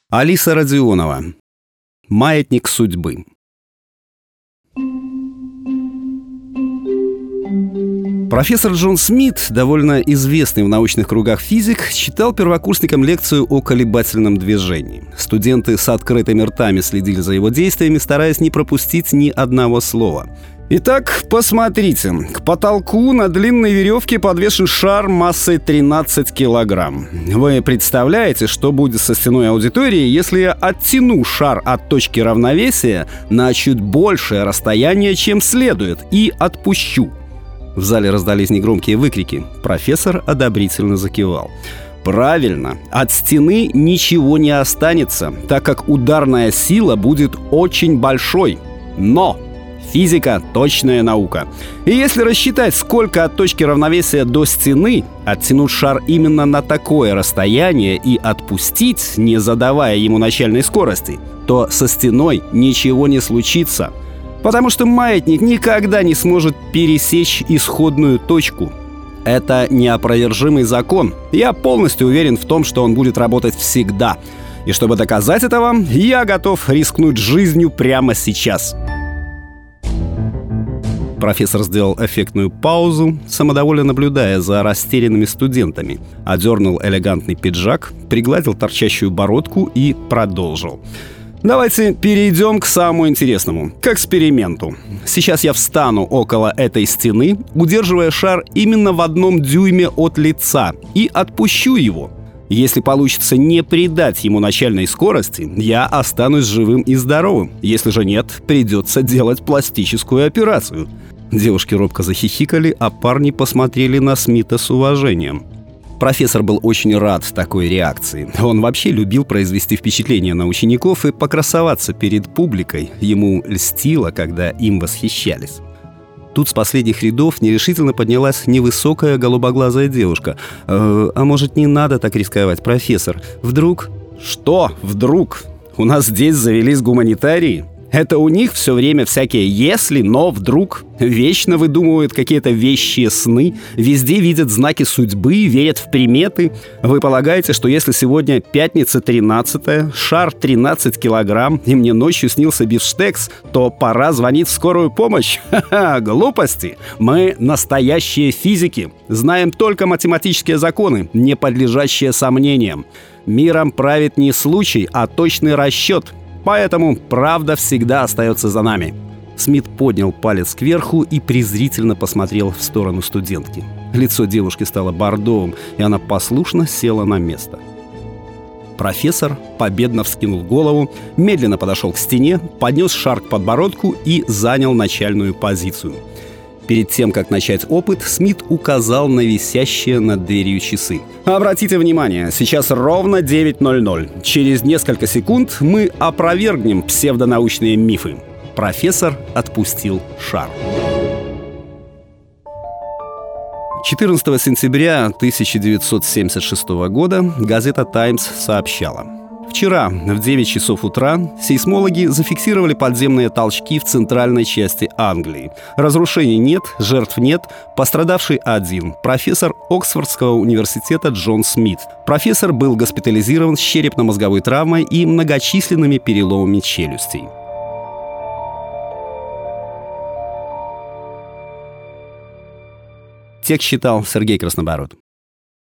Алиса Родионова. Маятник судьбы. Профессор Джон Смит, довольно известный в научных кругах физик, читал первокурсникам лекцию о колебательном движении. Студенты с открытыми ртами следили за его действиями, стараясь не пропустить ни одного слова. Итак, посмотрите. К потолку на длинной веревке подвешен шар массой 13 килограмм. Вы представляете, что будет со стеной аудитории, если я оттяну шар от точки равновесия на чуть большее расстояние, чем следует, и отпущу? В зале раздались негромкие выкрики. Профессор одобрительно закивал. Правильно, от стены ничего не останется, так как ударная сила будет очень большой. Но физика – точная наука. И если рассчитать, сколько от точки равновесия до стены, оттянуть шар именно на такое расстояние и отпустить, не задавая ему начальной скорости, то со стеной ничего не случится. Потому что маятник никогда не сможет пересечь исходную точку. Это неопровержимый закон. Я полностью уверен в том, что он будет работать всегда. И чтобы доказать это вам, я готов рискнуть жизнью прямо сейчас. Профессор сделал эффектную паузу, самодовольно наблюдая за растерянными студентами. Одернул элегантный пиджак, пригладил торчащую бородку и продолжил. Давайте перейдем к самому интересному, к эксперименту. Сейчас я встану около этой стены, удерживая шар именно в 1 дюйме от лица, и отпущу его. Если получится не придать ему начальной скорости, я останусь живым и здоровым. Если же нет, придется делать пластическую операцию. Девушки робко захихикали, а парни посмотрели на Смита с уважением. Профессор был очень рад такой реакции. Он вообще любил произвести впечатление на учеников и покрасоваться перед публикой. Ему льстило, когда им восхищались. Тут с последних рядов нерешительно поднялась невысокая голубоглазая девушка. «А может, не надо так рисковать, профессор? Вдруг...» «Что вдруг? У нас здесь завелись гуманитарии? Это у них все время всякие «если», «но», «вдруг». Вечно выдумывают какие-то вещие сны, везде видят знаки судьбы, верят в приметы. Вы полагаете, что если сегодня пятница 13-я, шар 13 килограмм, и мне ночью снился бифштекс, то пора звонить в скорую помощь? Ха-ха, глупости! Мы настоящие физики, знаем только математические законы, не подлежащие сомнениям. Миром правит не случай, а точный расчет. Поэтому правда всегда остается за нами. Смит поднял палец кверху и презрительно посмотрел в сторону студентки. Лицо девушки стало бордовым, и она послушно села на место. Профессор победно вскинул голову, медленно подошел к стене, поднес шар к подбородку и занял начальную позицию. Перед тем, как начать опыт, Смит указал на висящие над дверью часы. Обратите внимание, сейчас ровно 9:00. Через несколько секунд мы опровергнем псевдонаучные мифы. Профессор отпустил шар. 14 сентября 1976 года газета «Таймс» сообщала. Вчера в 9 часов утра сейсмологи зафиксировали подземные толчки в центральной части Англии. Разрушений нет, жертв нет, пострадавший один – профессор Оксфордского университета Джон Смит. Профессор был госпитализирован с черепно-мозговой травмой и многочисленными переломами челюстей. Текст читал Сергей Краснобород.